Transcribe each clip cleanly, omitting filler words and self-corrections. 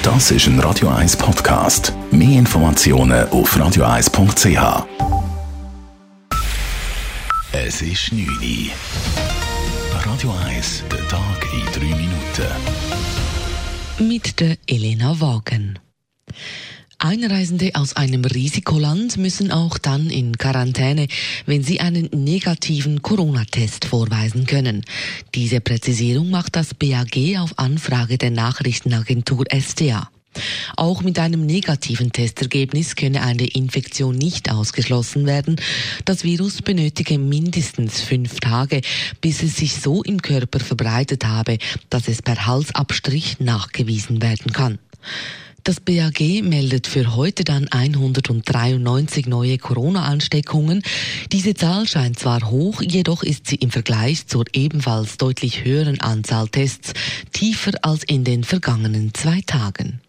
Das ist ein Radio 1 Podcast. Mehr Informationen auf radio1.ch. Es ist 9 Uhr. Radio 1, der Tag in 3 Minuten. Mit der Elena Wagen. Einreisende aus einem Risikoland müssen auch dann in Quarantäne, wenn sie einen negativen Corona-Test vorweisen können. Diese Präzisierung macht das BAG auf Anfrage der Nachrichtenagentur SDA. Auch mit einem negativen Testergebnis könne eine Infektion nicht ausgeschlossen werden. Das Virus benötige mindestens 5 Tage, bis es sich so im Körper verbreitet habe, dass es per Halsabstrich nachgewiesen werden kann. Das BAG meldet für heute dann 193 neue Corona-Ansteckungen. Diese Zahl scheint zwar hoch, jedoch ist sie im Vergleich zur ebenfalls deutlich höheren Anzahl Tests tiefer als in den vergangenen 2 Tagen.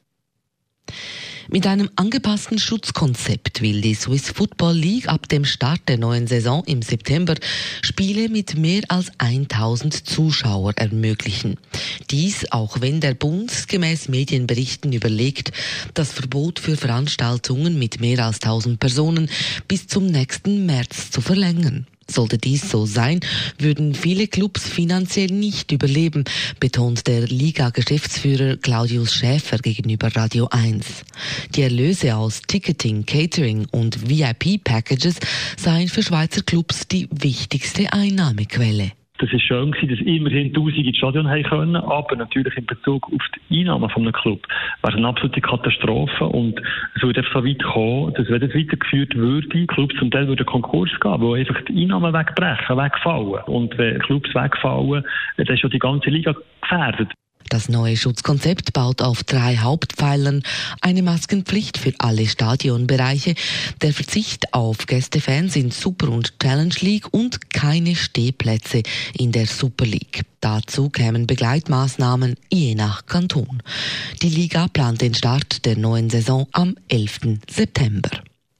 Mit einem angepassten Schutzkonzept will die Swiss Football League ab dem Start der neuen Saison im September Spiele mit mehr als 1000 Zuschauer ermöglichen. Dies auch wenn der Bund gemäß Medienberichten überlegt, das Verbot für Veranstaltungen mit mehr als 1000 Personen bis zum nächsten März zu verlängern. Sollte dies so sein, würden viele Clubs finanziell nicht überleben, betont der Liga-Geschäftsführer Claudius Schäfer gegenüber Radio 1. Die Erlöse aus Ticketing, Catering und VIP-Packages seien für Schweizer Clubs die wichtigste Einnahmequelle. Das war schön, dass immerhin 1000 ins Stadion haben können, aber natürlich in Bezug auf die Einnahmen von einem Club wäre es eine absolute Katastrophe und es würde einfach so weit kommen, dass wenn das weitergeführt würde, Clubs zum Teil würden Konkurs gehen, wo einfach die Einnahmen wegfallen. Und wenn Clubs wegfallen, dann ist schon die ganze Liga gefährdet. Das neue Schutzkonzept baut auf 3 Hauptpfeilern: eine Maskenpflicht für alle Stadionbereiche, der Verzicht auf Gästefans in Super- und Challenge League und keine Stehplätze in der Super League. Dazu kämen Begleitmaßnahmen je nach Kanton. Die Liga plant den Start der neuen Saison am 11. September.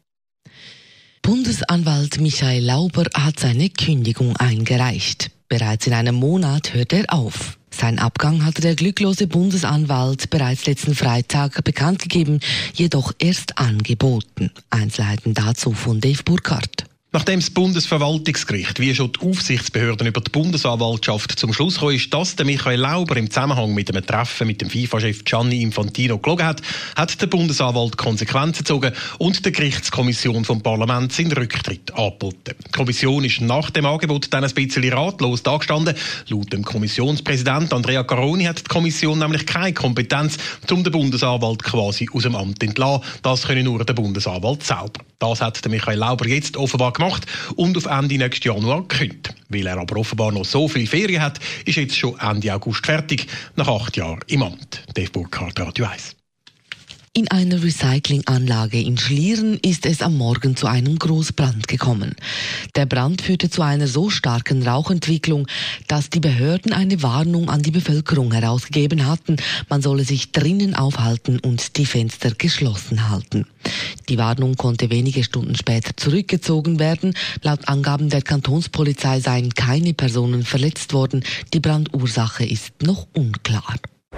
Bundesanwalt Michael Lauber hat seine Kündigung eingereicht. Bereits in einem Monat hört er auf. Sein Abgang hatte der glücklose Bundesanwalt bereits letzten Freitag bekannt gegeben, jedoch erst angeboten. Einzelheiten dazu von Dave Burkhardt. Nachdem das Bundesverwaltungsgericht wie schon die Aufsichtsbehörden über die Bundesanwaltschaft zum Schluss kam, ist, dass der Michael Lauber im Zusammenhang mit einem Treffen mit dem FIFA-Chef Gianni Infantino gelogen hat, hat der Bundesanwalt Konsequenzen gezogen und der Gerichtskommission vom Parlament seinen Rücktritt angeboten. Die Kommission ist nach dem Angebot dann ein bisschen ratlos dagestanden. Laut dem Kommissionspräsident Andrea Caroni hat die Kommission nämlich keine Kompetenz, um den Bundesanwalt quasi aus dem Amt zu entlassen. Das könne nur der Bundesanwalt selber. Das hat der Michael Lauber jetzt offenbar gemacht und auf Ende nächsten Januar gekündigt. Weil er aber offenbar noch so viele Ferien hat, ist jetzt schon Ende August fertig, nach 8 Jahren im Amt. Dave Burkhardt, Radio 1. In einer Recyclinganlage in Schlieren ist es am Morgen zu einem Großbrand gekommen. Der Brand führte zu einer so starken Rauchentwicklung, dass die Behörden eine Warnung an die Bevölkerung herausgegeben hatten, man solle sich drinnen aufhalten und die Fenster geschlossen halten. Die Warnung konnte wenige Stunden später zurückgezogen werden. Laut Angaben der Kantonspolizei seien keine Personen verletzt worden. Die Brandursache ist noch unklar.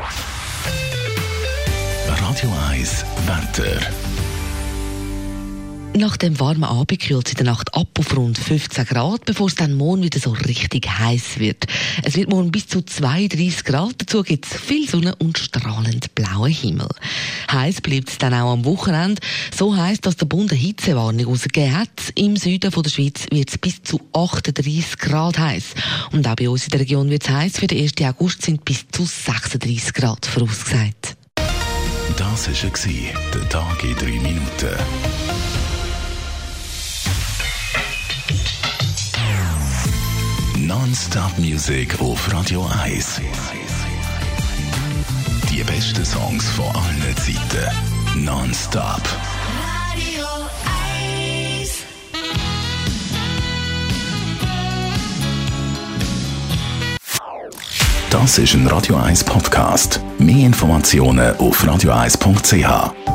Radio 1 Wetter. Nach dem warmen Abend kühlt es in der Nacht ab auf rund 15 Grad, bevor es dann morgen wieder so richtig heiß wird. Es wird morgen bis zu 32 Grad, dazu gibt es viel Sonne und strahlend blauen Himmel. Heiß bleibt es dann auch am Wochenende. So heiß, dass der Bund eine Hitzewarnung ausgegeben hat. Im Süden von der Schweiz wird es bis zu 38 Grad heiß. Und auch bei uns in der Region wird es heiß. Für den 1. August sind bis zu 36 Grad vorausgesagt. Das war der Tag in 3 Minuten. Non-Stop Music auf Radio 1. Die besten Songs von allen Zeiten. Non-Stop. Radio 1. Das ist ein Radio 1 Podcast. Mehr Informationen auf radio1.ch.